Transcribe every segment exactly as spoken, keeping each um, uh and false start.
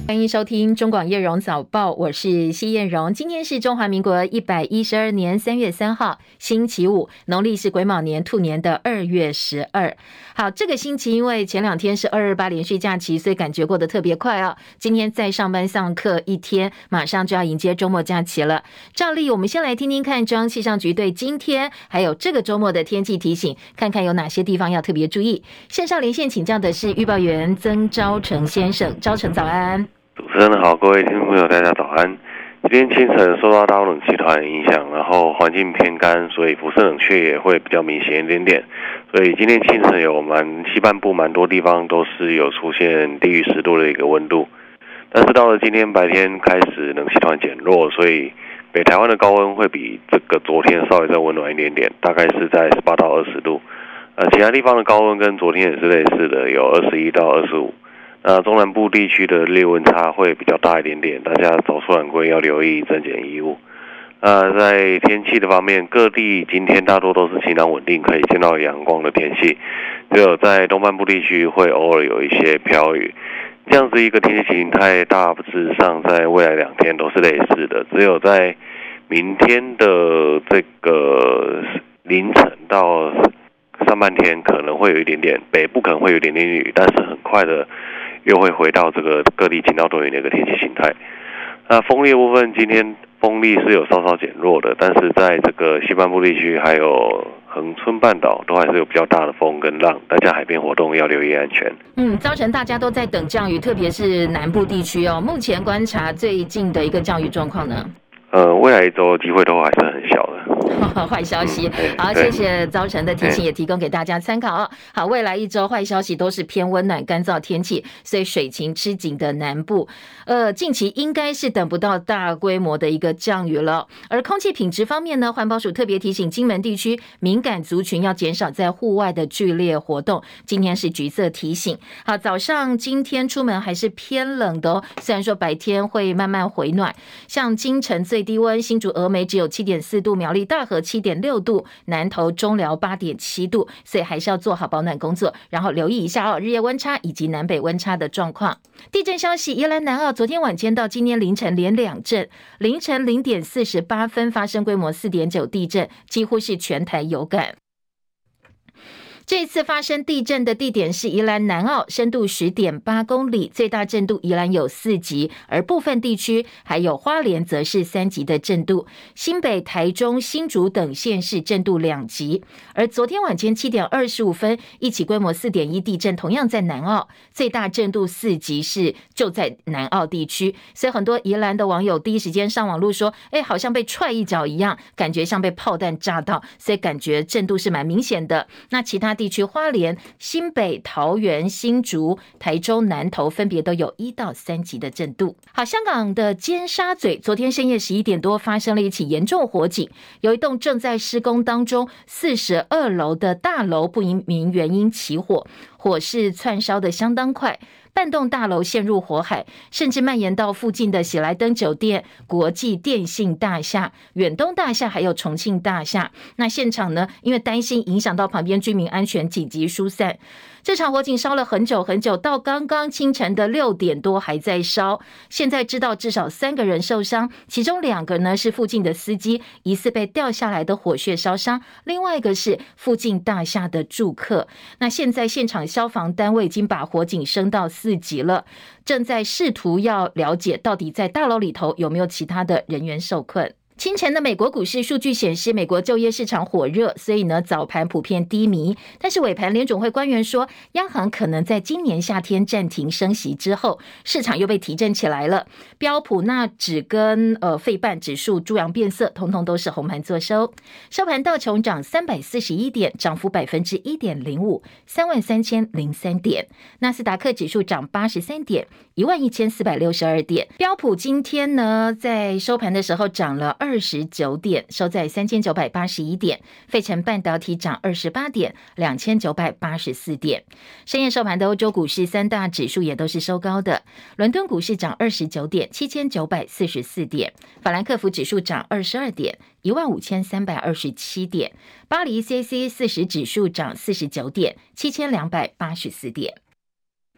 欢迎收听中广叶荣早报，我是谢燕荣。今天是中华民国一百一十二年三月三号，星期五，农历是癸卯年兔年的二月十二。好，这个星期因为前两天是二二八连续假期，所以感觉过得特别快啊。今天再上班上课一天，马上就要迎接周末假期了。照例，我们先来听听看中央气象局对今天还有这个周末的天气提醒，看看有哪些地方要特别注意。线上连线请教的是预报员曾昭成先生，昭成早安。 主持人好，各位听众朋友，大家早安。今天清晨受到大陆冷气团影响，然后环境偏干，所以辐射冷却也会比较明显一点点。所以今天清晨有蛮西半部蛮多地方都是有出现低于十度的一个温度，但是到了今天白天开始冷气团减弱，所以北台湾的高温会比这个昨天稍微再温暖一点点，大概是在十八到二十度。呃，其他地方的高温跟昨天也是类似的，有二十一到二十五。那中南部地区的日温差会比较大一点点，大家早出晚归要留意增减衣物。呃，在天气的方面，各地今天大多都是晴朗稳定，可以见到阳光的天气，只有在东半部地区会偶尔有一些飘雨。这样子一个天气形态，大致上在未来两天都是类似的，只有在明天的这个凌晨到上半天可能会有一点点，北部可能会有一点点雨，但是很快的又会回到这个各地晴到多云的一个天气形态。那风力的部分，今天风力是有稍稍减弱的，但是在这个西半部地区还有恒春半岛都还是有比较大的风跟浪，大家海边活动要留意安全。 嗯，早晨大家都在等降雨，特别是南部地区哦。目前观察最近的一个降雨状况呢？ 呃，未来一周机会都还是很小的。 坏消息，好，谢谢早晨的提醒，也提供给大家参考哦。好，未来一周坏消息都是偏温暖干燥天气，所以水情吃紧的南部，呃，近期应该是等不到大规模的一个降雨了。而空气品质方面呢，环保署特别提醒金门地区敏感族群要减少在户外的剧烈活动，今天是橘色提醒。好，早上今天出门还是偏冷的哦，虽然说白天会慢慢回暖，像金城最低温新竹峨眉只有 七点四度，苗栗大和 七点六度，南投中寮 八点七度，所以还是要做好保暖工作，然后留意一下哦日夜温差以及南北温差的状况。地震消息，宜兰南澳昨天晚间到今天凌晨连两震，凌晨零点四十八分发生规模 四点九 地震，几乎是全台有感。这次发生地震的地点是宜兰南澳，深度 十点八公里，最大震度宜兰有四级，而部分地区还有花莲则是三级的震度，新北、台中、新竹等县市震度两级。而昨天晚间七点二十五分，一起规模 四点一 地震同样在南澳，最大震度四级是就在南澳地区，所以很多宜兰的网友第一时间上网路说，哎，好像被踹一脚一样，感觉像被炮弹炸到，所以感觉震度是蛮明显的。那其他地区花莲、新北、桃园、新竹、台中、南投分别都有一到三级的震度。好，香港的尖沙咀昨天深夜十一点多发生了一起严重火警，有一栋正在施工当中四十二楼的大楼不明原因起火，火势窜烧的相当快，半栋大楼陷入火海，甚至蔓延到附近的喜来登酒店、国际电信大厦、远东大厦还有重庆大厦。那现场呢，因为担心影响到旁边居民安全，紧急疏散。这场火警烧了很久很久，到刚刚清晨的六点多还在烧。现在知道至少三个人受伤，其中两个呢是附近的司机，疑似被掉下来的火屑烧伤；另外一个是附近大厦的住客。那现在现场消防单位已经把火警升到四级了，正在试图要了解到底在大楼里头有没有其他的人员受困。清晨的美国股市数据显示，美国就业市场火热，所以呢早盘普遍低迷。但是尾盘联准会官员说，央行可能在今年夏天暂停升息之后，市场又被提振起来了。标普纳指跟呃费半指数猪羊变色，统统都是红盘作收。收盘道琼涨三百四十一点，涨幅百分之一点零五，三万三千零三点。纳斯达克指数涨八十三点，一万一千四百六十二点。标普今天呢在收盘的时候涨了二。二十九点，收在三千九百八十一点。费城半导体涨二十八点，两千九百八十四点。深夜收盘的欧洲股市三大指数也都是收高的。伦敦股市涨二十九点，七千九百四十四点。法兰克福指数涨二十二点，一万五千三百二十七点。巴黎 C A C 四十指数涨四十九点，七千两百八十四点。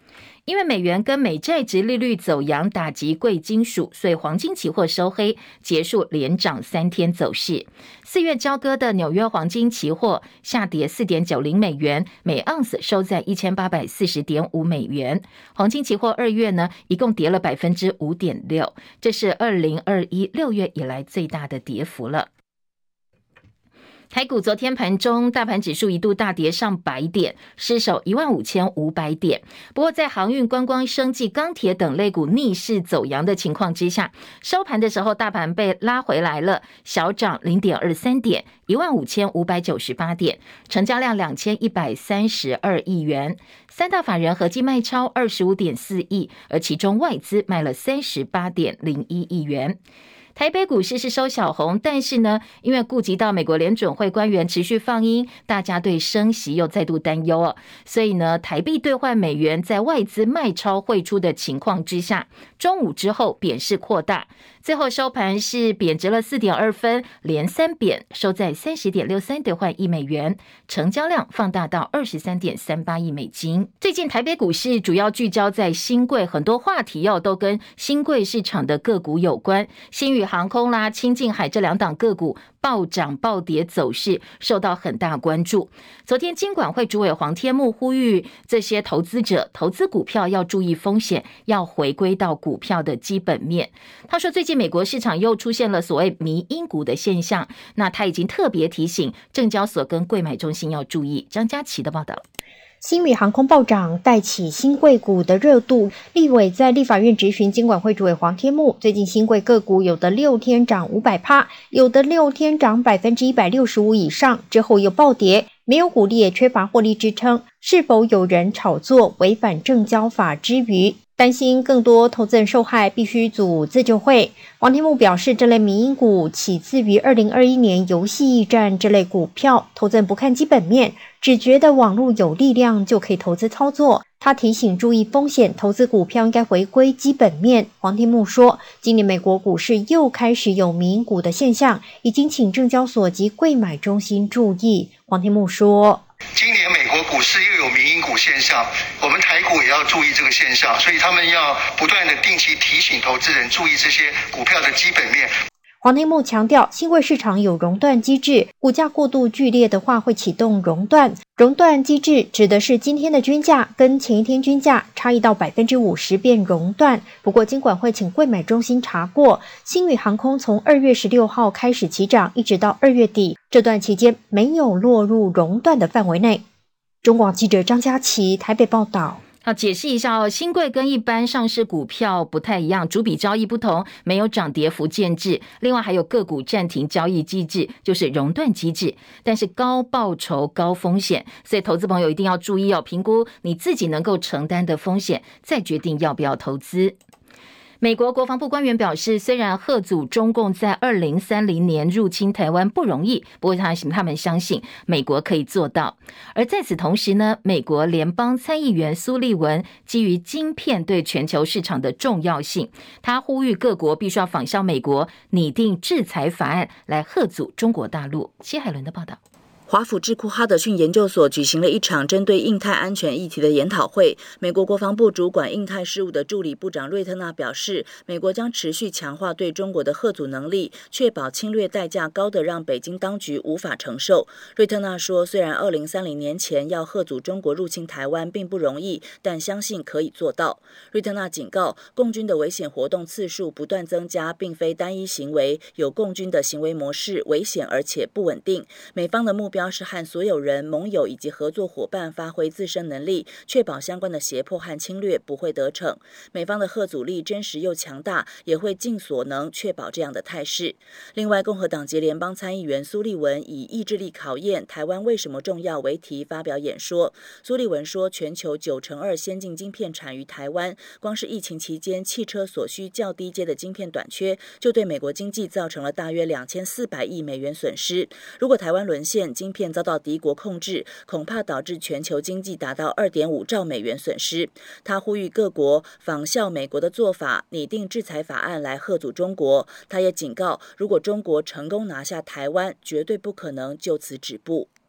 因为美元跟美债殖利率走扬打击贵金属，所以黄金期货收黑，结束连涨三天走势。四月交割的纽约黄金期货下跌 四点九零美元，每盎司收在 一千八百四十点五美元。黄金期货二月呢，一共跌了 百分之五点六， 这是二零二一六月以来最大的跌幅了。台股昨天盘中大盘指数一度大跌上百点，失守一万五千五百点。不过在航运、观光、生技、钢铁等类股逆势走扬的情况之下，收盘的时候大盘被拉回来了，小涨 零点二三点，一万五千五百九十八点，成交量两千一百三十二亿元。三大法人合计卖超 二十五点四亿，而其中外资卖了 三十八点零一亿元。台北股市是收小红，但是呢，因为顾及到美国联准会官员持续放鹰，大家对升息又再度担忧哦，所以呢，台币兑换美元在外资卖超汇出的情况之下，中午之后贬势扩大，最后收盘是贬值了 四点二分，连三贬，收在 三十点六三兑换一美元，成交量放大到 二十三点三八亿美金。最近台北股市主要聚焦在新贵，很多话题哦都跟新贵市场的个股有关，新宇航空啦、清境海这两档个股暴涨暴跌走势受到很大关注。昨天金管会主委黄天牧呼吁这些投资者投资股票要注意风险，要回归到股票的基本面。他说最近美国市场又出现了所谓迷因股的现象，那他已经特别提醒证交所跟柜买中心要注意。张嘉琪的报道。 新宇航空暴涨带起新贵股的热度，立委在立法院质询金管会主委黄天牧，最近新贵个股有的六天涨 百分之五百， 有的六天涨 百分之一百六十五 以上，之后又暴跌，没有股利也缺乏获利支撑，是否有人炒作违反证交法之余，担心更多投资人受害，必须组自救会。黄天牧表示，这类民营股起自于二零二一年游戏驿站这类股票，投资人不看基本面，只觉得网络有力量就可以投资操作。他提醒注意风险，投资股票应该回归基本面。黄天牧说，今年美国股市又开始有民营股的现象，已经请证交所及柜买中心注意。黄天牧说， 今年美国股市又有民营股现象，我们台股也要注意这个现象，所以他们要不断的定期提醒投资人注意这些股票的基本面。 黄天牧强调，新贵市场有熔断机制，股价过度剧烈的话会启动熔断。熔断机制指的是今天的均价跟前一天均价差异到 百分之五十 变熔断。不过金管会请柜买中心查过，新宇航空从二月十六号开始起涨，一直到二月底，这段期间没有落入熔断的范围内。中广记者张嘉琪台北报道。 好，解释一下哦，新贵跟一般上市股票不太一样，主笔交易不同，没有涨跌幅建制，另外还有个股暂停交易机制，就是熔断机制，但是高报酬高风险，所以投资朋友一定要注意哦，评估你自己能够承担的风险，再决定要不要投资。美国国防部官员表示，虽然吓阻中共在二零三零年入侵台湾不容易，不过他他们相信美国可以做到。而在此同时呢，美国联邦参议员苏利文基于晶片对全球市场的重要性，他呼吁各国必须要仿效美国拟定制裁法案来吓阻中国大陆。谢海伦的报道。 华府智库哈德逊研究所举行了一场针对印太安全议题的研讨会。美国国防部主管印太事务的助理部长瑞特纳表示，美国将持续强化对中国的吓阻能力，确保侵略代价高得让北京当局无法承受。瑞特纳说，虽然二零三零年前要吓阻中国入侵台湾并不容易，但相信可以做到。瑞特纳警告，共军的危险活动次数不断增加，并非单一行为，有共军的行为模式危险而且不稳定。美方的目标是和所有人、盟友以及合作伙伴发挥自身能力，确保相关的胁迫和侵略不会得逞。美方的吓阻力真实又强大，也会尽所能确保这样的态势。另外，共和党籍联邦参议员苏利文以意志力考验台湾为什么重要为题发表演说。苏利文说，全球九成二先进晶片产于台湾，光是疫情期间汽车所需较低阶的晶片短缺，就对美国经济造成了大约两千四百亿美元损失。如果台湾沦陷，晶片遭到敌国控制，恐怕导致全球经济达到 二点五兆美元损失。他呼吁各国仿效美国的做法，拟定制裁法案来吓阻中国。他也警告，如果中国成功拿下台湾，绝对不可能就此止步。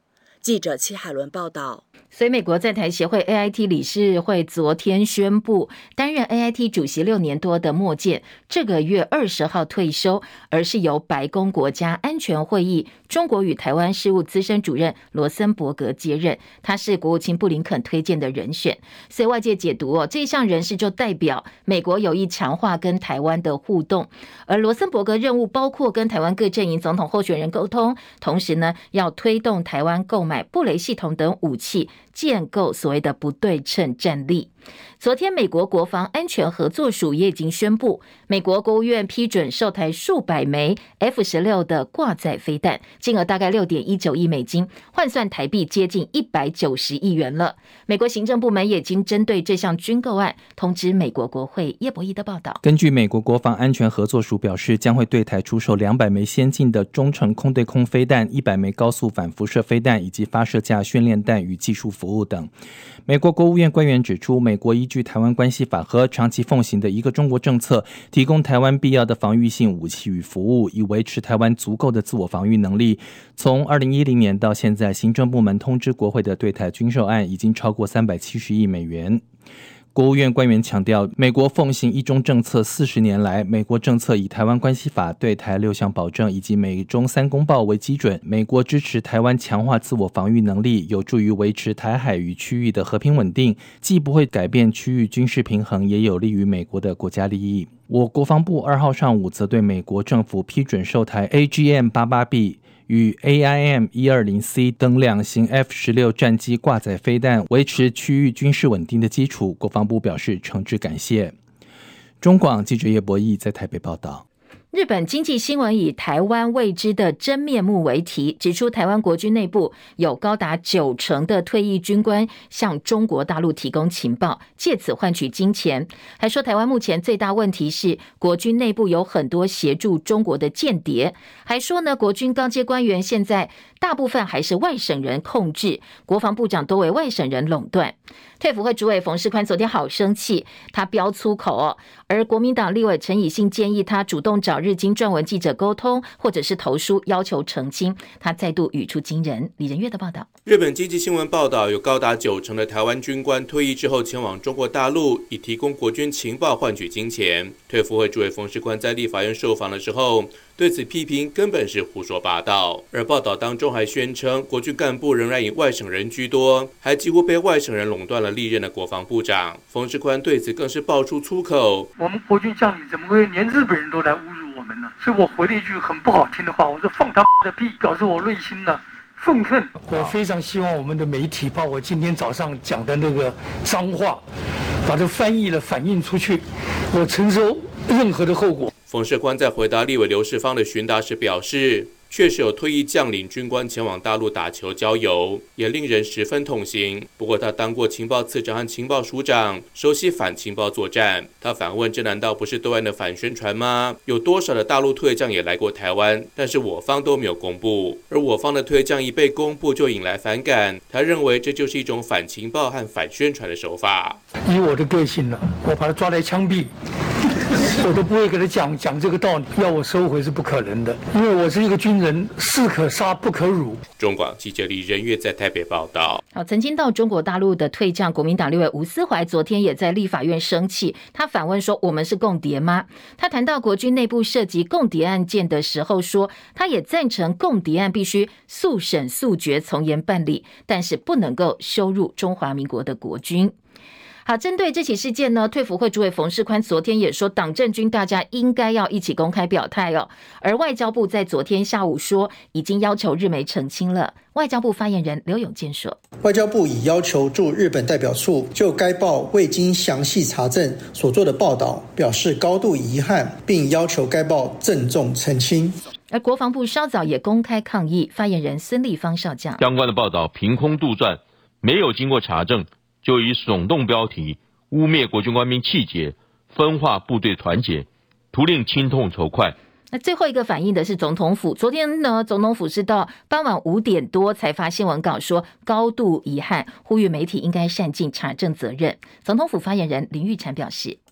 记者戚海伦报道。 所以美国在台协会 A I T 理事会昨天宣布，担任 A I T 主席六年多的莫健这个月二十号退休，而是由白宫国家安全会议中国与台湾事务资深主任罗森伯格接任，他是国务卿布林肯推荐的人选。所以外界解读哦，这一项人事就代表美国有意强化跟台湾的互动，而罗森伯格任务包括跟台湾各阵营总统候选人沟通，同时呢要推动台湾购买布雷系统等武器，建构所谓的不对称战力。昨天美国国防安全合作署也已经宣布，美国国务院批准售台数百枚 F 十六 的挂载飞弹，金额大概 六点一九亿美金，换算台币接近一百九十亿元了。美国行政部门也已经针对这项军购案通知美国国会。叶博弈的报道， 根据美国国防安全合作署表示，将会对台出售两百枚先进的中程空对空飞弹、一百枚高速反辐射飞弹以及发射架训练弹与技术服务等。美国国务院官员指出，美国依据台湾关系法和长期奉行的一个中国政策，提供台湾必要的防御性武器与服务，以维持台湾足够的自我防御能力。从二零一零年到现在，行政部门通知国会的对台军售案已经超过三百七十亿美元。国务院官员强调，美国奉行一中政策四十年来，美国政策以台湾关系法、对台六项保证以及美中三公报为基准。美国支持台湾强化自我防御能力，有助于维持台海与区域的和平稳定，既不会改变区域军事平衡，也有利于美国的国家利益。我国防部二号上午则对美国政府批准售台 A G M 八八 B与 A I M 一二零 C 等两型 F 十六 战机挂载飞弹，维持区域军事稳定的基础，国防部表示诚挚感谢。中广记者叶博弈在台北报道。 日本经济新闻以台湾未知的真面目为题，指出台湾国军内部有高达九成的退役军官向中国大陆提供情报，借此换取金钱。还说台湾目前最大问题是国军内部有很多协助中国的间谍。还说呢，国军高阶官员现在大部分还是外省人控制，国防部长多为外省人垄断。退辅会主委冯世宽昨天好生气，他飙粗口哦。而国民党立委陈以信建议他主动找日经撰文记者沟通，或者是投书要求澄清。他再度语出惊人。李仁月的报道。 日本经济新闻报道，有高达九成的台湾军官退役之后前往中国大陆，以提供国军情报换取金钱。退辅会主委冯世宽在立法院受访的时候，对此批评根本是胡说八道。而报道当中还宣称，国军干部仍然以外省人居多，还几乎被外省人垄断了历任的国防部长。冯世宽对此更是爆出粗口： 我们国军将领怎么会连日本人都来侮辱我们呢？所以我回了一句很不好听的话，我说放他妈的屁，表示我内心呢愤恨。我非常希望我们的媒体把我今天早上讲的那个脏话，把它翻译了反映出去，我承受任何的后果。 冯世宽在回答立委刘世芳的询答时表示，确实有退役将领军官前往大陆打球郊游，也令人十分痛心。不过他当过情报次长和情报署长，熟悉反情报作战。他反问，这难道不是对岸的反宣传吗？有多少的大陆退将也来过台湾，但是我方都没有公布，而我方的退将一被公布就引来反感。他认为这就是一种反情报和反宣传的手法。 以我的个性呢，我把他抓来枪毙，我都不会给他讲讲这个道理，要我收回是不可能的，因为我是一个军人，士可杀不可辱。 中广记者李仁月在台北报道。 好，曾经到中国大陆的退将国民党立委吴思怀昨天也在立法院生气，他反问说：“我们是共谍吗？”他谈到国军内部涉及共谍案件的时候说，他也赞成共谍案必须速审速决、从严办理，但是不能够羞辱中华民国的国军。好，针对这起事件呢，退辅会主委冯世宽昨天也说，党政军大家应该要一起公开表态哦。而外交部在昨天下午说，已经要求日媒澄清了。外交部发言人刘永健说， 外交部已要求驻日本代表处就该报未经详细查证所做的报道表示高度遗憾，并要求该报郑重澄清。 而国防部稍早也公开抗议，发言人孙立方少将， 相关的报道凭空杜撰，没有经过查证，就以耸动标题污蔑国军官兵气节，分化部队团结，图令亲痛仇快。 那最后一个反映的是总统府，昨天呢，总统府是到傍晚五点多才发新闻稿说高度遗憾，呼吁媒体应该善尽查证责任。总统府发言人林玉婵表示，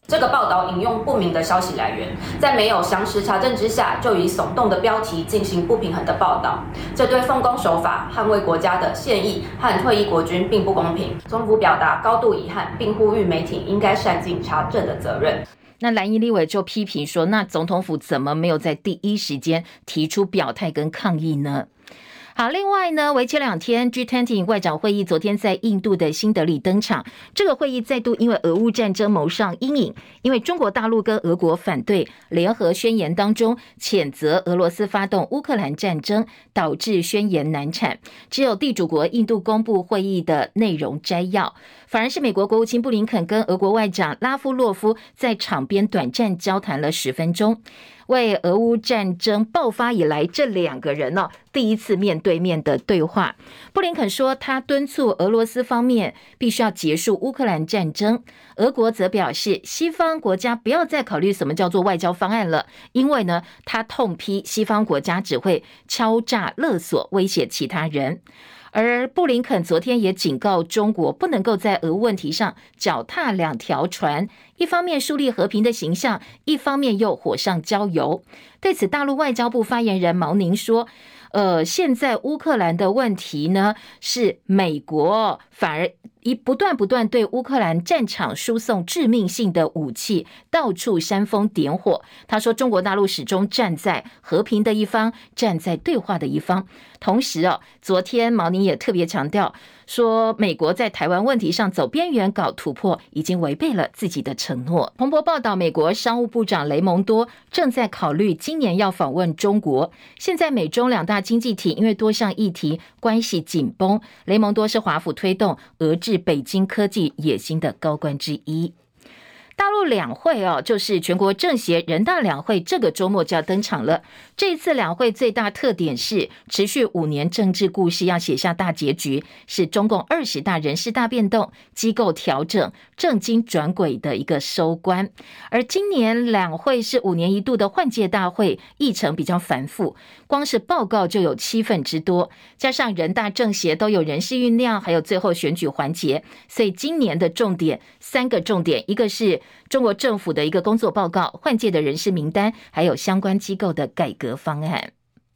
这个报道引用不明的消息来源，在没有详实查证之下，就以耸动的标题进行不平衡的报道，这对奉公守法、捍卫国家的现役和退役国军并不公平。总府表达高度遗憾，并呼吁媒体应该善尽查证的责任。 那蓝营立委就批评说，那总统府怎么没有在第一时间提出表态跟抗议呢？好，另外呢，为期两天 G 二十 外长会议昨天在印度的新德里登场。这个会议再度因为俄乌战争谋上阴影，因为中国大陆跟俄国反对联合宣言当中谴责俄罗斯发动乌克兰战争，导致宣言难产。只有地主国印度公布会议的内容摘要，反而是美国国务卿布林肯跟俄国外长拉夫洛夫在场边短暂交谈了十分钟。为俄乌战争爆发以来，这两个人呢、哦、第一次面对面的对话。布林肯说，他敦促俄罗斯方面必须要结束乌克兰战争。俄国则表示，西方国家不要再考虑什么叫做外交方案了，因为呢，他痛批西方国家只会敲诈勒索，威胁其他人。而布林肯昨天也警告中国，不能够在俄问题上脚踏两条船，一方面树立和平的形象，一方面又火上浇油。对此，大陆外交部发言人毛宁说，呃，现在乌克兰的问题呢，是美国反而一不断不断对乌克兰战场输送致命性的武器，到处煽风点火。他说，中国大陆始终站在和平的一方，站在对话的一方。同时哦，昨天毛宁也特别强调说，美国在台湾问题上走边缘、搞突破，已经违背了自己的承诺。彭博报道，美国商务部长雷蒙多正在考虑今年要访问中国。现在美中两大经济体因为多项议题关系紧绷，雷蒙多是华府推动遏制北京科技野心的高官之一。大陆两会哦，就是全国政协人大两会，这个周末就要登场了。这一次两会最大特点是持续五年政治故事要写下大结局，是中共二十大人事大变动、机构调整、政经转轨的一个收官。而今年两会是五年一度的换届大会，议程比较繁复，光是报告就有七份之多，加上人大政协都有人事酝酿，还有最后选举环节，所以今年的重点三个重点，一个是中国政府的一个工作报告、换届的人事名单，还有相关机构的改革方案。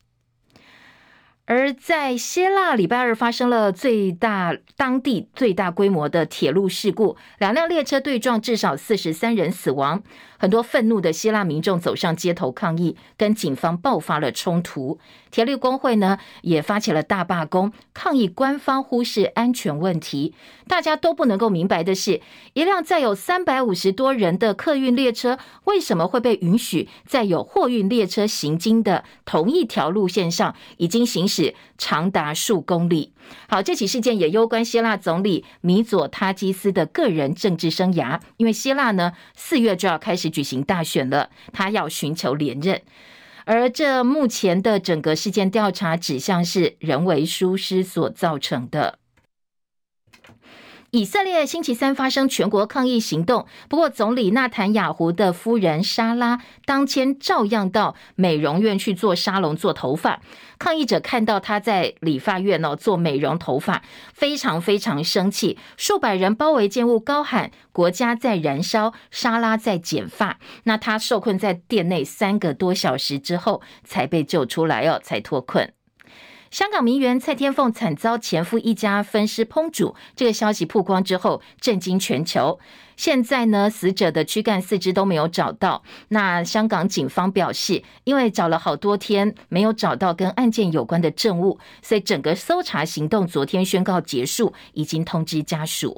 而在希腊礼拜二发生了最大当地最大规模的铁路事故，两辆列车对撞，至少四十三人死亡。很多愤怒的希腊民众走上街头抗议，跟警方爆发了冲突。铁路工会呢也发起了大罢工，抗议官方忽视安全问题。大家都不能够明白的是，一辆载有三百五十多人的客运列车为什么会被允许在有货运列车行经的同一条路线上已经行驶长达数公里。好，这起事件也攸关希腊总理米佐塔基斯的个人政治生涯，因为希腊呢四月就要开始举行大选了，他要寻求连任。而这目前的整个事件调查指向是人为疏失所造成的。以色列星期三发生全国抗议行动，不过总理纳坦雅胡的夫人莎拉当天照样到美容院去做沙龙做头发。抗议者看到他在理发院、哦、做美容头发，非常非常生气，数百人包围建物高喊国家在燃烧，莎拉在剪发。那他受困在店内三个多小时之后才被救出来哦，才脱困。香港名媛蔡天凤惨遭前夫一家分尸烹煮，这个消息曝光之后震惊全球。现在呢，死者的躯干四肢都没有找到。那香港警方表示，因为找了好多天没有找到跟案件有关的证物，所以整个搜查行动昨天宣告结束，已经通知家属。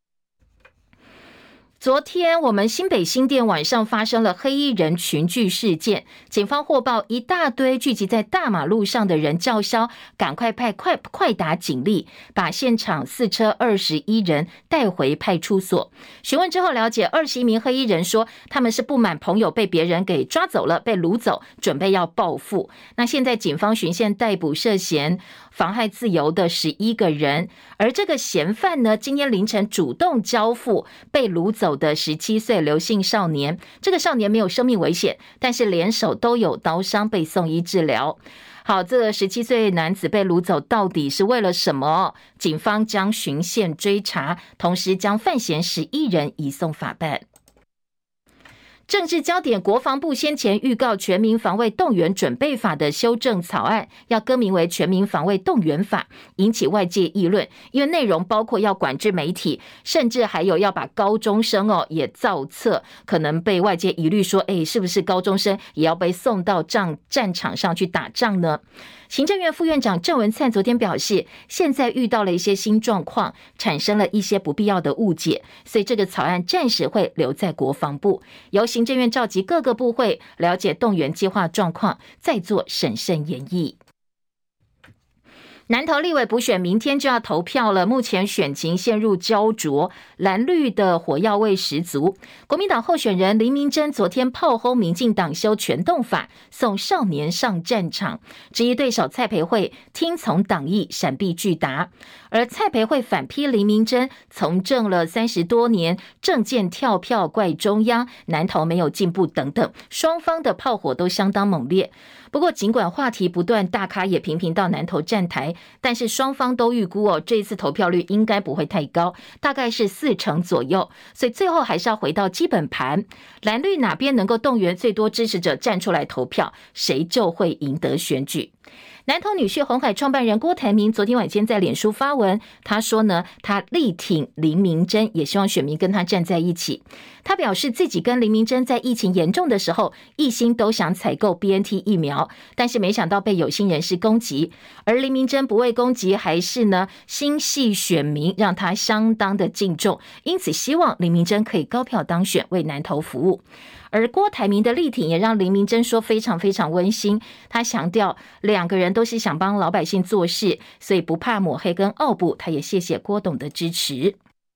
昨天我们新北新店晚上发生了黑衣人群聚事件，警方获报一大堆聚集在大马路上的人叫嚣，赶快派快快打警力，把现场四车二十一人带回派出所。询问之后了解，二十一名黑衣人说他们是不满朋友被别人给抓走了，被掳走，准备要报复。那现在警方循线逮捕涉嫌妨害自由的十一个人，而这个嫌犯呢，今天凌晨主动交付被掳走的十七岁刘姓少年。这个少年没有生命危险，但是连手都有刀伤，被送医治疗。好，这个十七岁男子被掳走到底是为了什么？警方将循线追查，同时将犯嫌十一人移送法办。 政治焦点，国防部先前预告全民防卫动员准备法的修正草案要更名为全民防卫动员法，引起外界议论，因为内容包括要管制媒体，甚至还有要把高中生哦也造册，可能被外界疑虑说，哎，是不是高中生也要被送到战战场上去打仗呢？行政院副院长郑文灿昨天表示，现在遇到了一些新状况，产生了一些不必要的误解，所以这个草案暂时会留在国防部，由行政院召集各个部会了解动员计划状况，再做审慎研议。南投立委补选明天就要投票了，目前选情陷入焦灼，蓝绿的火药味十足。国民党候选人林明溱昨天炮轰民进党修全动法，送少年上战场，质疑对手蔡培慧听从党意，闪避拒答。而蔡培慧反批林明溱从政了三十多年，政见跳票怪中央，南投没有进步等等，双方的炮火都相当猛烈。不过尽管话题不断，大咖也频频到南投站台，但是双方都预估哦，这一次投票率应该不会太高，大概是四成左右，所以最后还是要回到基本盘，蓝绿哪边能够动员最多支持者站出来投票，谁就会赢得选举。南投女婿鸿海创办人郭台铭昨天晚间在脸书发文，他说呢，他力挺林明溱，也希望选民跟他站在一起。他表示自己跟林明溱在疫情严重的时候，一心都想采购 B N T 疫苗，但是没想到被有心人士攻击，而林明溱不畏攻击，还是呢心系选民，让他相当的敬重，因此希望林明溱可以高票当选，为南投服务。而郭台铭的力挺也让林明溱说非常非常温馨，他强调两个人都是想帮老百姓做事，所以不怕抹黑跟傲步，他也谢谢郭董的支持。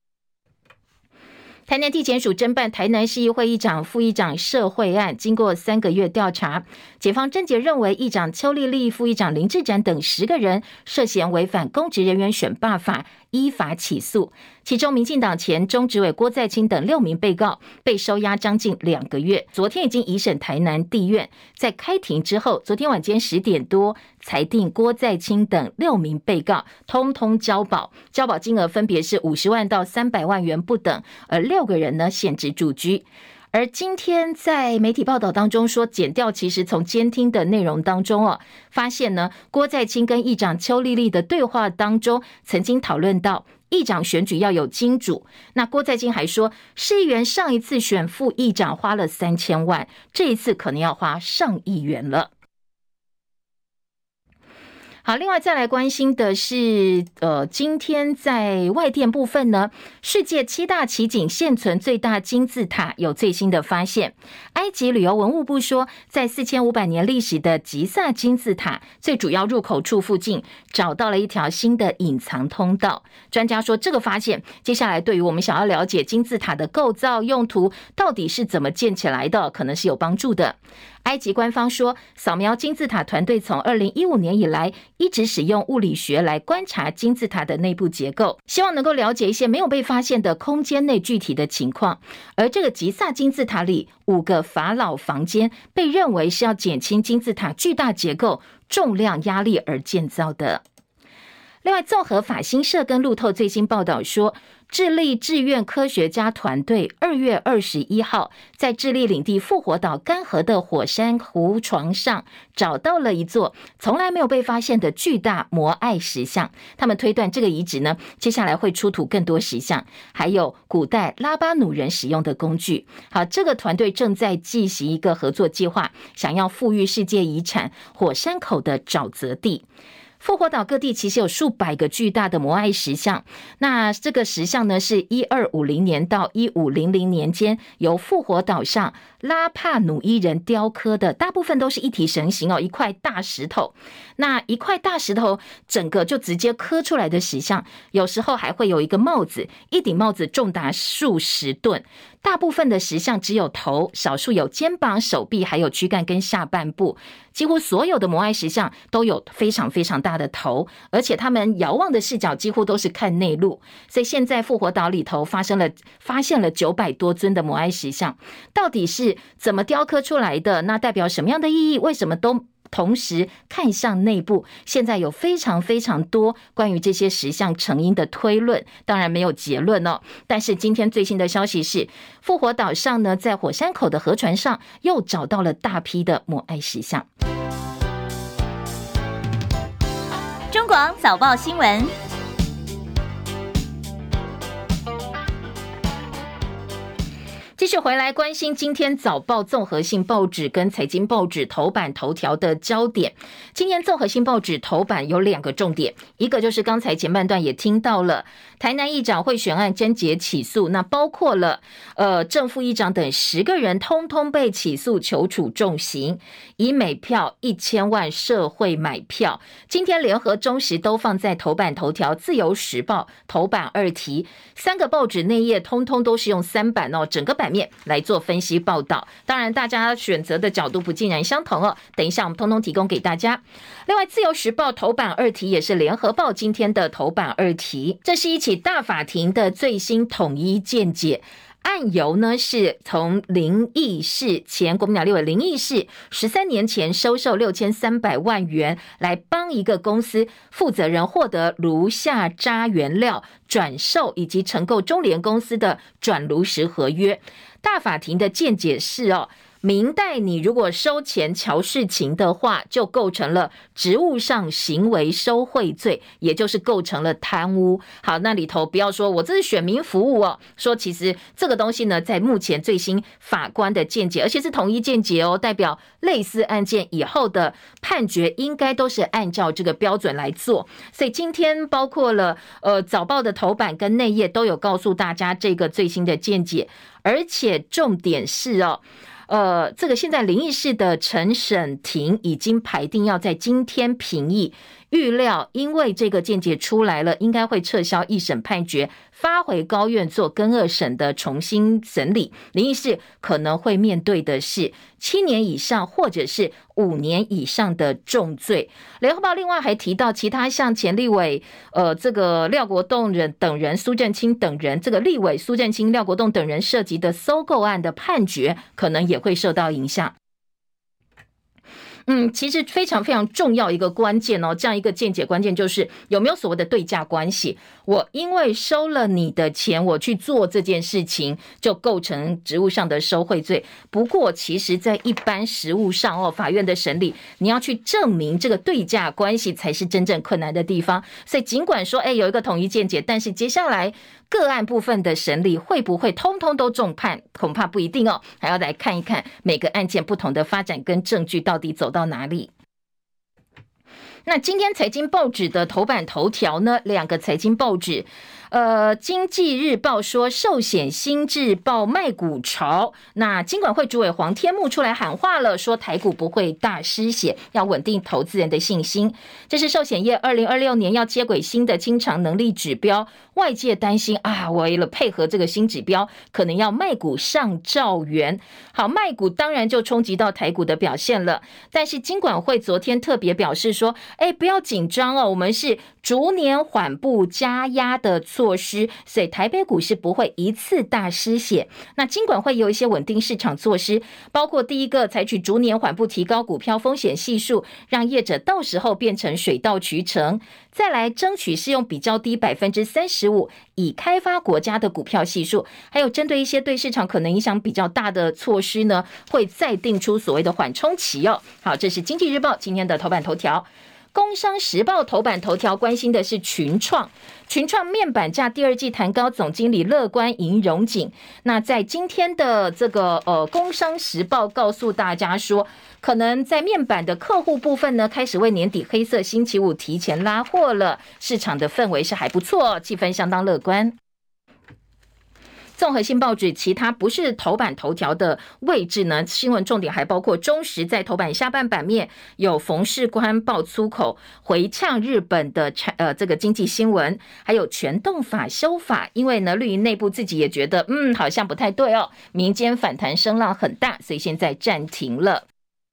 台南地检署侦办台南市议会议长、副议长涉贿案，经过三个月调查，检方侦结认为议长邱丽丽、副议长林志展等十个人涉嫌违反公职人员选罢法，依法起诉。其中民进党前中执委郭在清等六名被告被收押将近两个月，昨天已经移审台南地院。在开庭之后，昨天晚间十点多裁定郭在清等六名被告通通交保，交保金额分别是五十万到三百万元不等，而六个人呢限制住居。而今天在媒体报道当中说，检调其实从监听的内容当中哦，发现呢郭在清跟议长邱丽丽的对话当中，曾经讨论到议长选举要有金主。那郭在清还说，市议员上一次选副议长花了三千万，这一次可能要花上亿元了。好，另外再来关心的是，呃，今天在外电部分呢，世界七大奇景现存最大金字塔有最新的发现。埃及旅游文物部说，在四千五百年历史的吉萨金字塔最主要入口处附近找到了一条新的隐藏通道。专家说，这个发现接下来对于我们想要了解金字塔的构造用途到底是怎么建起来的，可能是有帮助的。埃及官方说，扫描金字塔团队从二零一五年以来一直使用物理学来观察金字塔的内部结构，希望能够了解一些没有被发现的空间内具体的情况。而这个吉萨金字塔里五个法老房间被认为是要减轻金字塔巨大结构重量压力而建造的。另外，综合法新社跟路透最新报道说，智利志愿科学家团队二月二十一号在智利领地复活岛干涸的火山湖床上找到了一座从来没有被发现的巨大摩艾石像。他们推断这个遗址呢，接下来会出土更多石像，还有古代拉巴努人使用的工具。好，这个团队正在进行一个合作计划，想要富裕世界遗产火山口的沼泽地。复活岛各地其实有数百个巨大的摩艾石像，那这个石像呢，是一二五零年到一五零零年间由复活岛上拉帕努伊人雕刻的，大部分都是一体成型哦，一块大石头。那一块大石头整个就直接刻出来的石像，有时候还会有一个帽子，一顶帽子重达数十吨。大部分的石像只有头，少数有肩膀、手臂，还有躯干跟下半部。几乎所有的摩艾石像都有非常非常大的头，而且他们遥望的视角几乎都是看内陆。所以现在复活岛里头发生了发现了九百多尊的摩艾石像，到底是怎么雕刻出来的？那代表什么样的意义？为什么都同时看向内部。现在有非常非常多关于这些十项成因的推论，当然没有结论哦。但是今天最新的消息是，复活岛上呢，在火山口的河船上又找到了大批的摩艾石像。 中广早报新闻。 继续回来关心今天早报综合性报纸跟财经报纸头版头条的焦点。今天综合性报纸头版有两个重点，一个就是刚才前半段也听到了，台南议长贿选案侦结起诉，那包括了呃正副议长等十个人通通被起诉求处重刑，以每票一千万社会买票。今天联合中时都放在头版头条，自由时报头版二题，三个报纸内页通通都是用三版哦，整个版面来做分析报道。当然大家选择的角度不尽然相同哦，等一下我们通通提供给大家。另外自由时报头版二题也是联合报今天的头版二题，这是一起大法庭的最新统一见解。案由呢是从林义士前国民党立委林义士十三年前收受六千三百万元来帮一个公司负责人获得炉下渣原料转售以及承购中联公司的转炉石合约。大法庭的见解是哦，明代你如果收钱瞧事情的话，就构成了职务上行为收贿罪，也就是构成了贪污。好，那里头不要说我这是选民服务哦，说其实这个东西呢，在目前最新法官的见解，而且是统一见解哦，代表类似案件以后的判决应该都是按照这个标准来做。所以今天包括了呃早报的头版跟内页都有告诉大家这个最新的见解，而且重点是哦。呃，这个现在林义士的陈审庭已经排定要在今天评议，预料因为这个见解出来了，应该会撤销一审判决，发回高院做更二审的重新审理。林义士可能会面对的是七年以上或者是五年以上的重罪。联合报另外还提到其他像前立委呃这个廖国栋人等人、苏震清等人，这个立委苏震清、廖国栋等人涉及的搜购案的判决可能也会受到影响。嗯，其实非常非常重要一个关键哦，这样一个见解关键就是有没有所谓的对价关系。我因为收了你的钱，我去做这件事情，就构成职务上的收贿罪。不过，其实在一般实务上哦，法院的审理，你要去证明这个对价关系才是真正困难的地方。所以，尽管说，哎，有一个统一见解，但是接下来个案部分的审理会不会通通都重判，恐怕不一定哦，还要来看一看每个案件不同的发展跟证据到底走到哪里。那今天财经报纸的头版头条呢，两个财经报纸呃，经济日报说寿险新制报卖股潮，那金管会主委黄天牧出来喊话了，说台股不会大失血，要稳定投资人的信心。这是寿险业二零二六年要接轨新的清偿能力指标，外界担心啊，为了配合这个新指标，可能要卖股上兆元。好，卖股当然就冲击到台股的表现了。但是金管会昨天特别表示说，哎，不要紧张哦，我们是逐年缓步加压的措施，所以台北股市不会一次大失血。那金管会有一些稳定市场措施，包括第一个，采取逐年缓步提高股票风险系数，让业者到时候变成水到渠成。再来争取是用比较低百分之三十五已开发国家的股票系数，还有针对一些对市场可能影响比较大的措施呢，会再定出所谓的缓冲期哦。好，这是经济日报今天的头版头条。工商时报头版头条关心的是群创，群创面板价第二季谈高，总经理乐观迎荣景。那在今天的这个呃工商时报告诉大家说，可能在面板的客户部分呢，开始为年底黑色星期五提前拉货了，市场的氛围是还不错，气氛相当乐观。综合性报纸其他不是头版头条的位置呢，新闻重点还包括中时在头版下半版面有冯世宽爆粗口回呛日本的呃这个经济新闻，还有全动法修法，因为呢绿营内部自己也觉得嗯好像不太对哦，民间反弹声浪很大，所以现在暂停了。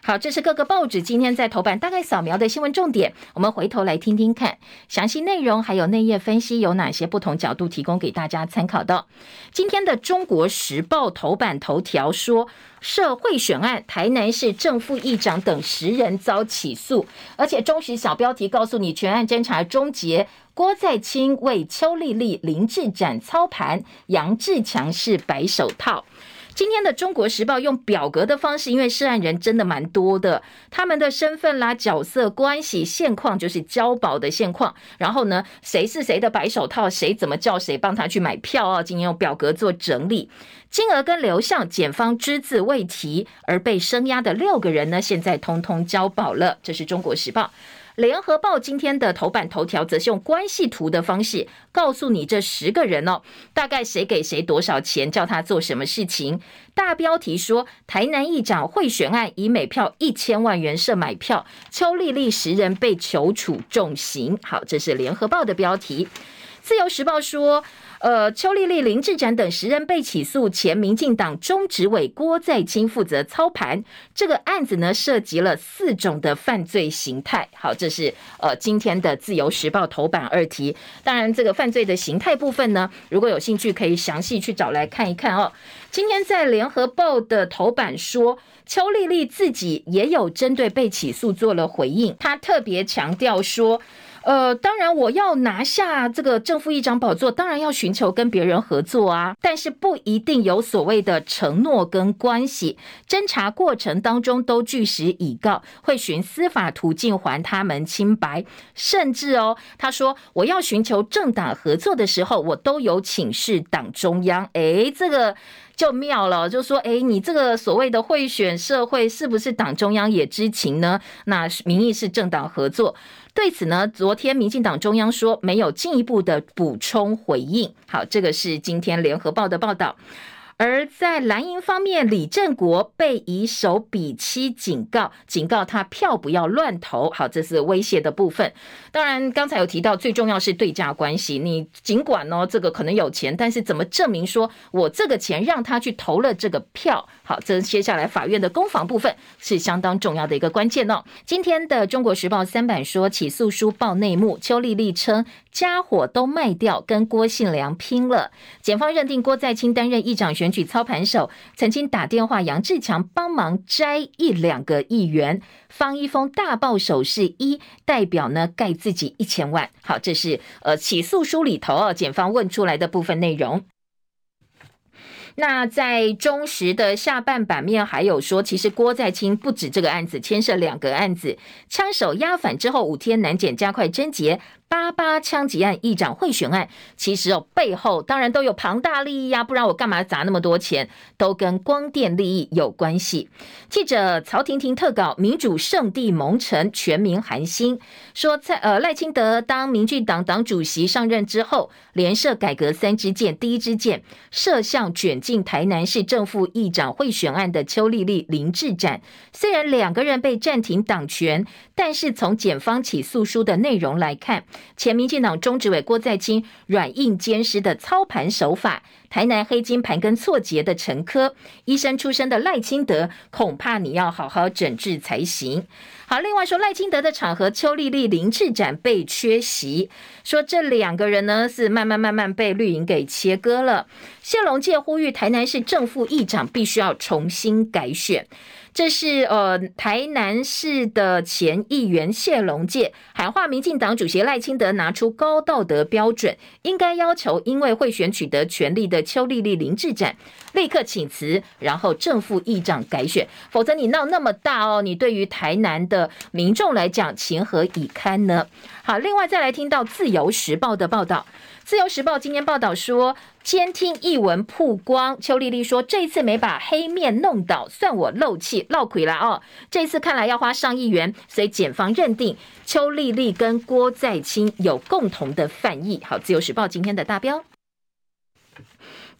好，这是各个报纸今天在头版大概扫描的新闻重点，我们回头来听听看详细内容还有内页分析有哪些不同角度提供给大家参考的。今天的中国时报头版头条说，社会选案台南市正副议长等十人遭起诉，而且中时小标题告诉你全案侦查终结，郭在清为邱丽丽、林志展操盘，杨志强是白手套。今天的中国时报用表格的方式，因为涉案人真的蛮多的，他们的身份啦、角色关系、现况就是交保的现况，然后呢，谁是谁的白手套，谁怎么叫谁帮他去买票啊？今天用表格做整理，金额跟流向检方只字未提，而被声押的六个人呢，现在通通交保了。这是中国时报。联合报今天的头版头条则是用关系图的方式告诉你这十个人哦，大概谁给谁多少钱，叫他做什么事情。大标题说，台南议长贿选案以每票一千万元设买票，邱丽丽十人被求处重刑。好，这是联合报的标题。自由时报说，呃，邱丽丽、林志展等十人被起诉，前民进党中执委郭在清负责操盘。这个案子呢，涉及了四种的犯罪形态。好，这是呃今天的自由时报头版二题。当然，这个犯罪的形态部分呢，如果有兴趣，可以详细去找来看一看哦。今天在联合报的头版说，邱丽丽自己也有针对被起诉做了回应，她特别强调说，呃，当然我要拿下这个正副议长宝座，当然要寻求跟别人合作啊，但是不一定有所谓的承诺跟关系。侦查过程当中都据实以告，会循司法途径还他们清白。甚至哦，他说我要寻求政党合作的时候，我都有请示党中央。诶，这个就妙了，就说诶，你这个所谓的贿选社会是不是党中央也知情呢？那名义是政党合作。对此呢，昨天民进党中央说没有进一步的补充回应。好，这个是今天联合报的报道。而在蓝营方面，李正国被以手比七警告，警告他票不要乱投。好，这是威胁的部分。当然，刚才有提到，最重要是对价关系。你尽管哦，这个可能有钱，但是怎么证明说我这个钱让他去投了这个票？好，这接下来法院的攻防部分是相当重要的一个关键哦。今天的中国时报三版说，起诉书爆内幕，邱丽丽称家伙都卖掉，跟郭信良拼了。检方认定郭在清担任议长选举操盘手，曾经打电话杨志强帮忙摘一两个议员，方一峰大报手势一，代表呢盖自己一千万。好，这是呃起诉书里头哦，检方问出来的部分内容。那在中时的下半版面还有说，其实郭在清不止这个案子，牵涉两个案子，枪手押返之后五天南检加快侦结，八八枪击案、议长贿选案，其实哦背后当然都有庞大利益呀、啊，不然我干嘛砸那么多钱？都跟光电利益有关系。记者曹婷婷特稿，民主圣地蒙尘，全民寒心，说在呃赖清德当民进党党主席上任之后，连射改革三支箭，第一支箭射向卷进台南市正副议长贿选案的邱丽丽、林志展，虽然两个人被暂停党权，但是从检方起诉书的内容来看，前民进党中执委郭在清软硬兼施的操盘手法，台南黑金盘根错节的陈科，医生出身的赖清德，恐怕你要好好整治才行。好，另外说赖清德的场合，邱丽丽、林志展被缺席，说这两个人呢是慢慢慢慢被绿营给切割了。谢龙介呼吁台南市正副议长必须要重新改选。这是呃台南市的前议员谢龙介喊话民进党主席赖清德拿出高道德标准，应该要求因为贿选取得权力的邱丽丽、林志展立刻请辞，然后正副议长改选，否则你闹那么大哦，你对于台南的民众来讲情何以堪呢？好，另外再来听到自由时报的报道。自由时报今天报道说，监听译文曝光，邱丽丽说这一次没把黑面弄倒，算我漏气漏亏啦哦。这一次看来要花上亿元，所以检方认定邱丽丽跟郭在清有共同的犯意。好，自由时报今天的大标。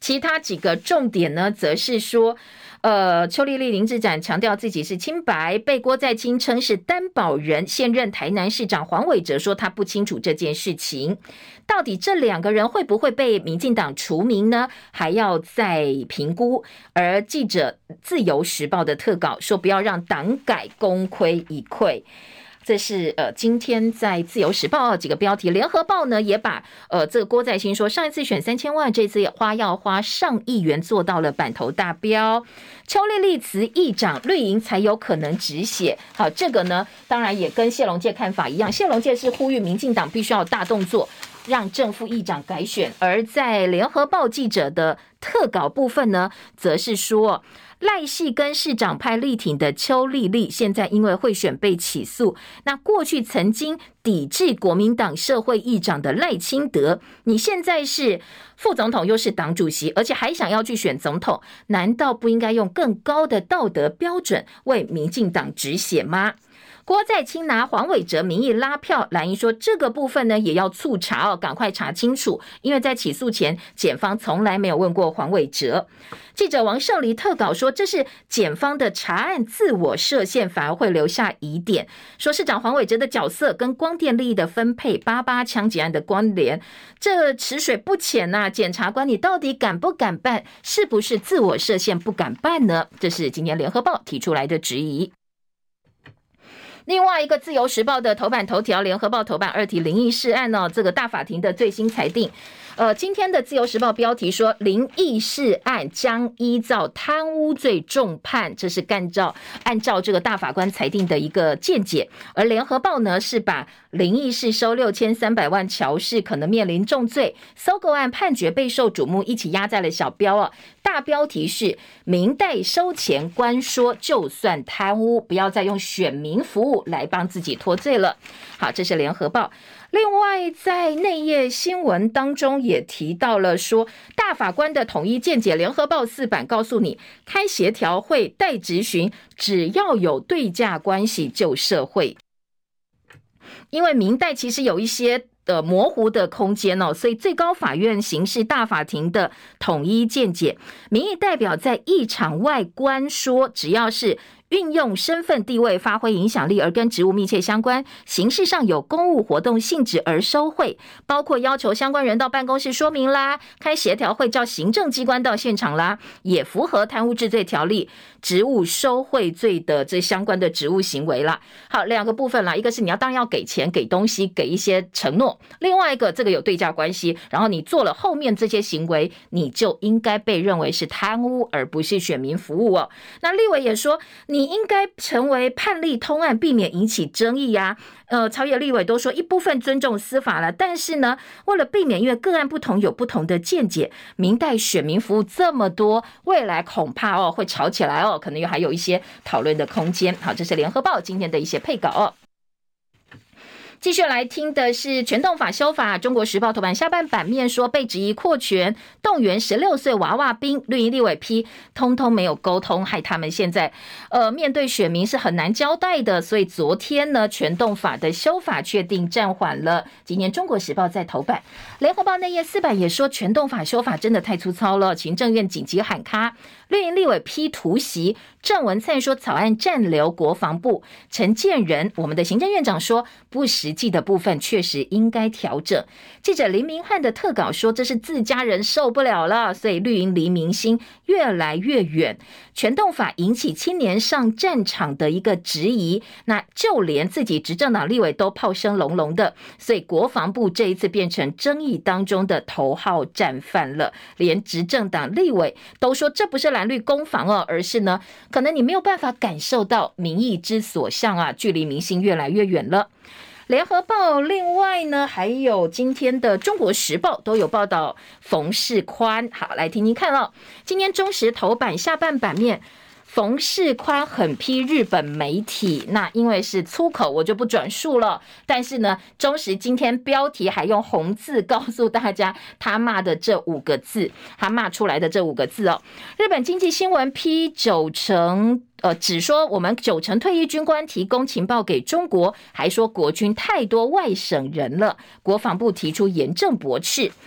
其他几个重点呢，则是说。呃，邱丽丽、林志展强调自己是清白，被郭在清称是担保人。现任台南市长黄伟哲说他不清楚这件事情，到底这两个人会不会被民进党除名呢？还要再评估。而记者自由时报的特稿说，不要让党改功亏一篑。这是呃，今天在自由时报几个标题，联合报呢也把呃这个郭在清说上一次选三千万，这次花要花上亿元做到了版头大标。邱丽丽辞议长，绿营才有可能止血。好，这个呢当然也跟谢龙介看法一样，谢龙介是呼吁民进党必须要有大动作，让正副议长改选。而在联合报记者的特稿部分呢，则是说。赖系跟市长派力挺的邱丽丽，现在因为贿选被起诉。那过去曾经抵制国民党社会议长的赖清德，你现在是副总统又是党主席，而且还想要去选总统，难道不应该用更高的道德标准为民进党止血吗？郭在清拿黄伟哲名义拉票，蓝营说这个部分呢也要促查哦，赶快查清楚，因为在起诉前，检方从来没有问过黄伟哲。记者王胜黎特稿说，这是检方的查案自我设限，反而会留下疑点。说市长黄伟哲的角色跟光电利益的分配、八八枪击案的关联，这池水不浅呐、啊。检察官你到底敢不敢办？是不是自我设限不敢办呢？这是今天联合报提出来的质疑。另外一个自由时报的头版头条，联合报头版二题林义士案哦，这个大法庭的最新裁定。呃，今天的自由时报标题说，林义士案将依照贪污罪重判，这是按照按照这个大法官裁定的一个见解。而联合报呢，是把林义士收六千三百万乔氏可能面临重罪，搜购案判决备受瞩目，一起压在了小标哦。大标题是明代收钱官说就算贪污，不要再用选民服务来帮自己脱罪了。好，这是联合报。另外在内页新闻当中也提到了说，大法官的统一见解，联合报四版告诉你，开协调会代质询，只要有对价关系就社会。因为明代其实有一些的模糊的空间哦，所以最高法院刑事大法庭的统一见解，民意代表在议场外官说，只要是运用身份地位发挥影响力而跟职务密切相关，形式上有公务活动性质而收贿，包括要求相关人到办公室说明啦，开协调会叫行政机关到现场啦，也符合贪污治罪条例职务收贿罪的这相关的职务行为啦。好，两个部分啦，一个是你要当然要给钱给东西给一些承诺，另外一个这个有对价关系，然后你做了后面这些行为，你就应该被认为是贪污而不是选民服务哦。那立委也说，你你应该成为判例通案，避免引起争议呀、啊。呃，朝野立委都说一部分尊重司法了，但是呢，为了避免因为个案不同有不同的见解，明代选民服务这么多，未来恐怕哦会吵起来哦，可能又还有一些讨论的空间。好，这是联合报今天的一些配稿哦。继续来听的是全动法修法，中国时报头版下半版面说被质疑扩权动员十六岁娃娃兵，绿营立委批通通没有沟通，害他们现在呃面对选民是很难交代的，所以昨天呢全动法的修法确定暂缓了。今年中国时报在头版，联合报内页四版也说全动法修法真的太粗糙了，行政院紧急喊卡，绿营立委批突袭，郑文灿说草案暂留国防部，陈建仁我们的行政院长说不实际的部分确实应该调整。记者林明翰的特稿说，这是自家人受不了了，所以绿营离民心越来越远。全动法引起青年上战场的一个质疑，那就连自己执政党立委都炮声隆隆的，所以国防部这一次变成争议当中的头号战犯了。连执政党立委都说，这不是蓝绿攻防哦，而是呢，可能你没有办法感受到民意之所向啊，距离民心越来越远了。联合报另外呢，还有今天的中国时报都有报道冯世宽。好，来听听看哦。今天中时头版下半版面，冯世宽狠批日本媒体，那因为是粗口我就不转述了，但是呢中时今天标题还用红字告诉大家他骂的这五个字，他骂出来的这五个字哦。日本经济新闻批九成呃，只说我们九成退役军官提供情报给中国，还说国军太多外省人了，国防部提出严正驳斥。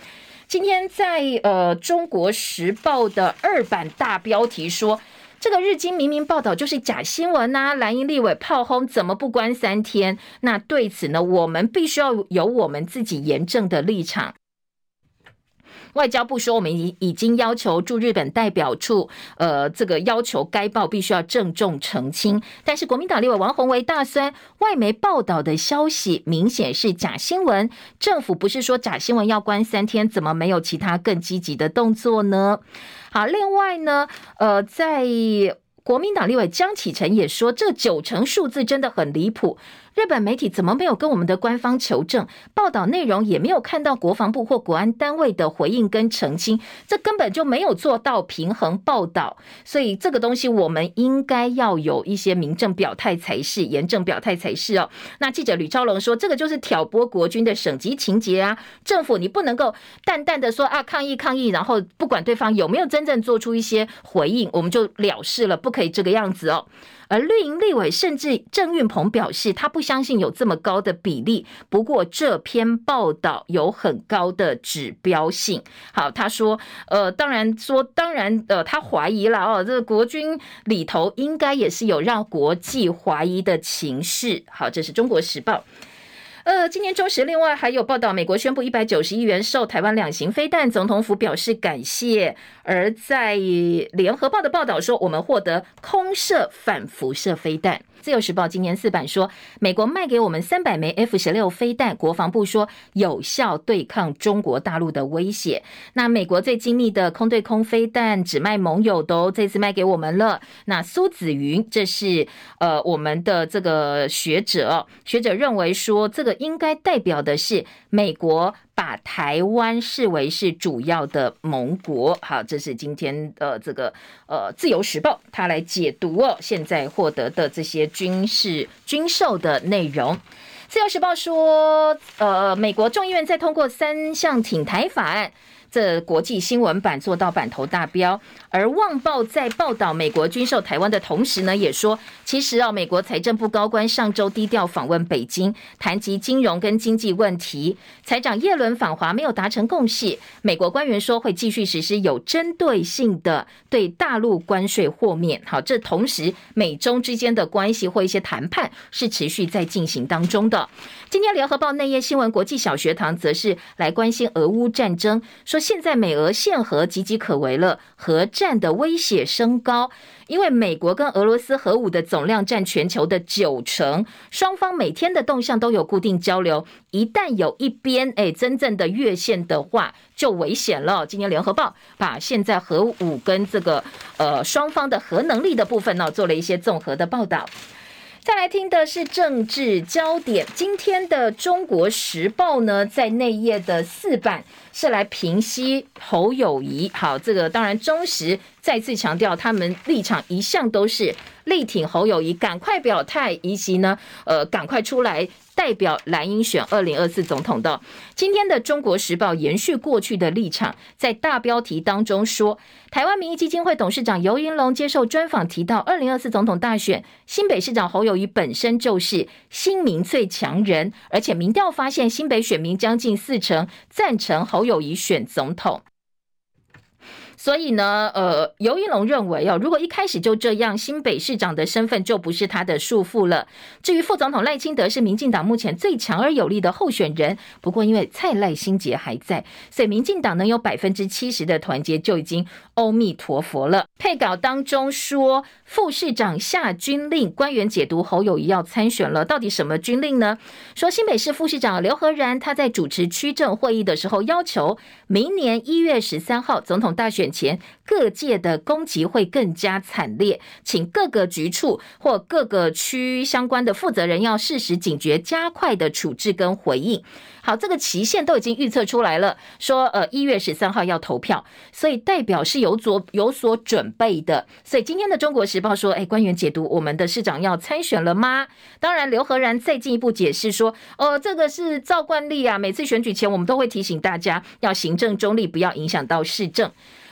今天在呃《中国时报》的二版大标题说，这个日经明明报道就是假新闻啊，蓝营立委炮轰怎么不关三天？那对此呢，我们必须要有我们自己严正的立场。外交部说，我们已经要求驻日本代表处，呃，这个要求该报必须要郑重澄清。但是国民党立委王宏维大酸，外媒报道的消息明显是假新闻，政府不是说假新闻要关三天，怎么没有其他更积极的动作呢？好，另外呢，呃，在国民党立委江启臣也说，这九成数字真的很离谱。日本媒体怎么没有跟我们的官方求证？报道内容也没有看到国防部或国安单位的回应跟澄清，这根本就没有做到平衡报道。所以这个东西我们应该要有一些明正表态才是，严正表态才是哦。那记者吕昭龙说，这个就是挑拨国军的省级情节啊！政府你不能够淡淡的说啊抗议抗议，然后不管对方有没有真正做出一些回应，我们就了事了，不可以这个样子哦。而绿营立委甚至郑运鹏表示，他不相信有这么高的比例，不过这篇报道有很高的指标性。好，他说，呃，当然说，当然，呃，他怀疑了哦，这个国军里头应该也是有让国际怀疑的情势。好，这是中国时报。呃，今年中时另外还有报道，美国宣布一百九十亿元售台湾两型飞弹，总统府表示感谢。而在联合报的报道说，我们获得空射反辐射飞弹。自由时报今年四版说，美国卖给我们三百枚 F 十六 飞弹，国防部说有效对抗中国大陆的威胁。那美国最精密的空对空飞弹只卖盟友都这次卖给我们了。那苏子云，这是呃我们的这个学者，学者认为说，这个应该代表的是美国把台湾视为是主要的盟国。好，这是今天呃这个呃自由时报他来解读哦，现在获得的这些军事军售的内容。自由时报说，呃，美国众议院在通过三项挺台法案。这国际新闻版做到版头大标，而旺报在报道美国军售台湾的同时呢，也说其实啊，美国财政部高官上周低调访问北京，谈及金融跟经济问题，财长耶伦访华没有达成共识。美国官员说会继续实施有针对性的对大陆关税豁免。好，这同时美中之间的关系或一些谈判是持续在进行当中的。今天联合报内页新闻国际小学堂则是来关心俄乌战争，说现在美俄限核岌岌可危了，核战的威胁升高，因为美国跟俄罗斯核武的总量占全球的九成，双方每天的动向都有固定交流，一旦有一边哎真正的越线的话，就危险了。今天联合报把现在核武跟这个呃双方的核能力的部分呢、哦、做了一些综合的报道。再来听的是政治焦点，今天的中国时报呢，在内页的四版是来平息侯友宜。好，这个当然中时再次强调，他们立场一向都是力挺侯友宜，赶快表态，以及呢，呃，赶快出来代表蓝营选二零二四总统的。今天的中国时报延续过去的立场，在大标题当中说，台湾民意基金会董事长游盈隆接受专访提到，二零二四总统大选，新北市长侯友宜本身就是新民最强人，而且民调发现新北选民将近四成赞成侯友宜选总统。所以呢，呃，游盈隆认为哦，如果一开始就这样，新北市长的身份就不是他的束缚了。至于副总统赖清德是民进党目前最强而有力的候选人，不过因为蔡赖心结还在，所以民进党能有百分之七十的团结就已经阿弥陀佛了。配稿当中说，副市长下军令，官员解读侯友宜要参选了，到底什么军令呢？说新北市副市长刘和然他在主持区政会议的时候，要求明年一月十三号总统大选前，各界的攻击会更加惨烈，请各个局处或各个区相关的负责人要适时警觉，加快的处置跟回应。好，这个期限都已经预测出来了，说呃一月十三号要投票，所以代表是有所有所准备的。所以今天的中国时报说，哎，官员解读我们的市长要参选了吗？当然，刘和然再进一步解释说，哦，这个是照惯例啊，每次选举前我们都会提醒大家要行政中立，不要影响到市政。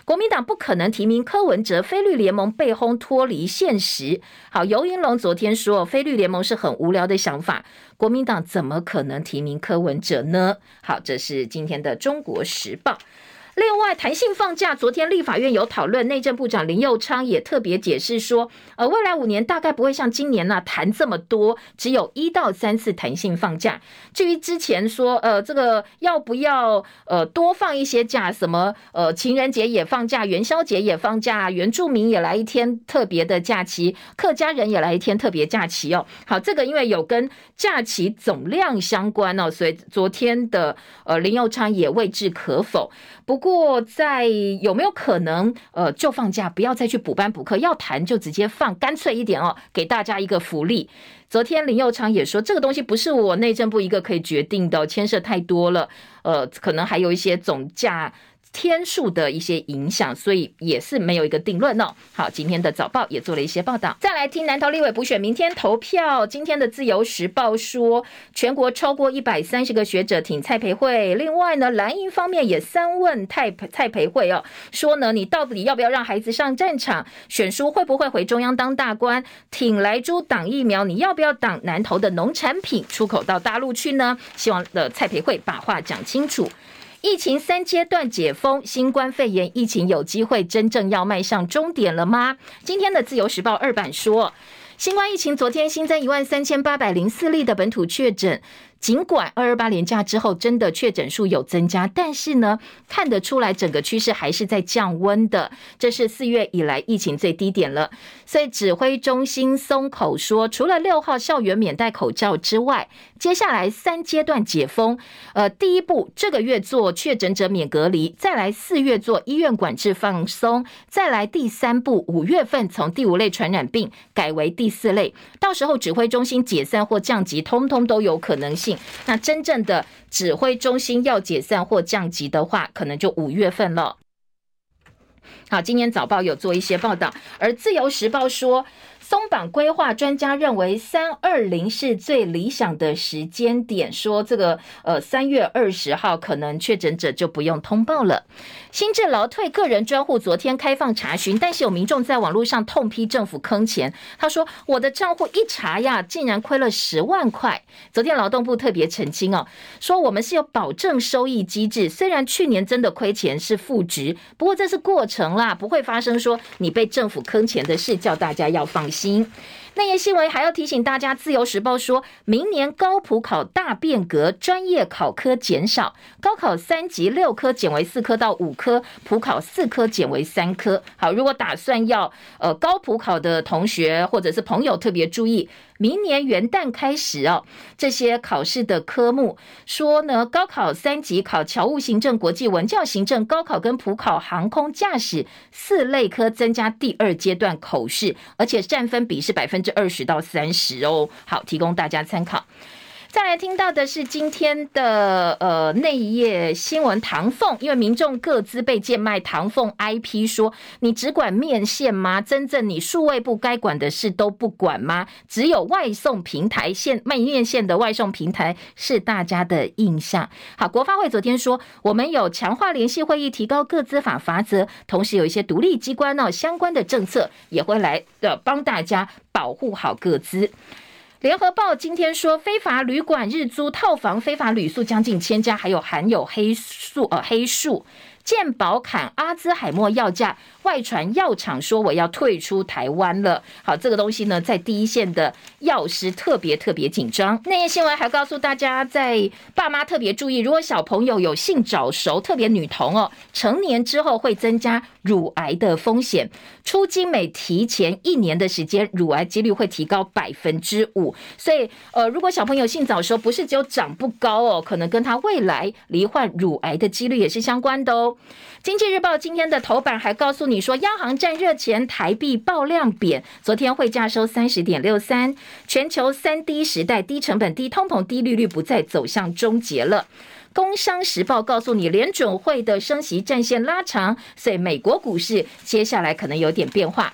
国民党不可能提名柯文哲，非绿联盟被轰脱离现实。好，游盈隆昨天说，非绿联盟是很无聊的想法，国民党怎么可能提名柯文哲呢？好，这是今天的中国时报。另外，弹性放假，昨天立法院有讨论，内政部长林右昌也特别解释说，呃，未来五年大概不会像今年那、啊、谈这么多，只有一到三次弹性放假。至于之前说，呃，这个要不要呃多放一些假，什么呃情人节也放假，元宵节也放假，原住民也来一天特别的假期，客家人也来一天特别假期哦。好，这个因为有跟假期总量相关哦，所以昨天的呃林右昌也未置可否。不过在有没有可能呃就放假，不要再去补班补课，要谈就直接放，干脆一点哦，给大家一个福利。昨天林右昌也说，这个东西不是我内政部一个可以决定的，牵涉太多了，呃，可能还有一些总假天数的一些影响，所以也是没有一个定论哦。好，今天的早报也做了一些报道。再来听南投立委补选，明天投票。今天的自由时报说，全国超过一百三十个学者挺蔡培慧。另外呢，蓝营方面也三问蔡蔡培慧哦，说呢，你到底要不要让孩子上战场？选书会不会回中央当大官？挺莱猪挡疫苗，你要不要挡南投的农产品出口到大陆去呢？希望的蔡培慧把话讲清楚。疫情三阶段解封，新冠肺炎疫情有机会真正要迈上终点了吗？今天的自由时报二版说，新冠疫情昨天新增一万三千八百零四例的本土确诊，尽管二二八连假之后真的确诊数有增加，但是呢，看得出来整个趋势还是在降温的，这是四月以来疫情最低点了。所以指挥中心松口说，除了六号校园免戴口罩之外，接下来三阶段解封，呃，第一步这个月做确诊者免隔离，再来四月做医院管制放松，再来第三步五月份从第五类传染病改为第四类，到时候指挥中心解散或降级，通通都有可能性。那真正的指挥中心要解散或降级的话，可能就五月份了。好，今天早报有做一些报道，而自由时报说，松绑规划专家认为三二零是最理想的时间点，说这个呃三月二十号可能确诊者就不用通报了。新制劳退个人专户昨天开放查询，但是有民众在网络上痛批政府坑钱，他说我的账户一查呀，竟然亏了十万块。昨天劳动部特别澄清哦，说我们是有保证收益机制，虽然去年真的亏钱是负值，不过这是过程啦，不会发生说你被政府坑钱的事，叫大家要放心。内页新闻还要提醒大家，自由时报说明年高普考大变革，专业考科减少，高考三级六科减为四科到五科，普考四科减为三科。好，如果打算要呃高普考的同学或者是朋友特别注意，明年元旦开始哦，这些考试的科目说呢，高考三级考侨务行政、国际文教行政，高考跟普考航空驾驶四类科增加第二阶段口试，而且占分比是百分之二十到三十哦。好，提供大家参考。再来听到的是今天的呃内页新闻，唐凤因为民众各自被贱卖，唐凤 I P 说你只管面线吗？真正你数位部该管的事都不管吗？只有外送平台线卖面线的外送平台是大家的印象。好，国发会昨天说，我们有强化联系会议，提高个资法罚则，同时有一些独立机关呢、哦、相关的政策也会来的帮大家保护好个资。联合报今天说，非法旅馆日租套房非法旅宿将近千家，还有含有黑素呃黑数。健保砍阿兹海默药价，外传药厂说我要退出台湾了。好，这个东西呢，在第一线的药师特别特别紧张。那些新闻还告诉大家，在爸妈特别注意，如果小朋友有性早熟，特别女童哦，成年之后会增加乳癌的风险。出经每提前一年的时间，乳癌几率会提高百分之五。所以，呃，如果小朋友性早熟，不是只有长不高哦，可能跟他未来罹患乳癌的几率也是相关的哦。经济日报今天的头版还告诉你说，央行占热钱，台币爆量贬，昨天汇价收 三十点六三， 全球三低时代，低成本、低通膨、低利率不再走向终结了。工商时报告诉你，联准会的升息战线拉长，所以美国股市接下来可能有点变化。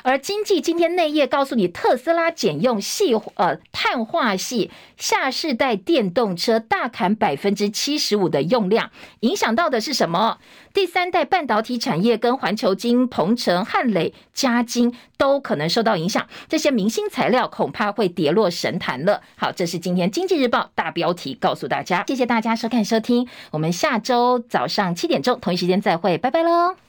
而经济今天内页告诉你，特斯拉减用细呃碳化系下世代电动车大砍百分之七十五的用量，影响到的是什么？第三代半导体产业跟环球晶、鹏程、汉磊、嘉晶都可能受到影响，这些明星材料恐怕会跌落神坛了。好，这是今天经济日报大标题告诉大家，谢谢大家收看收听，我们下周早上七点钟同一时间再会，拜拜喽。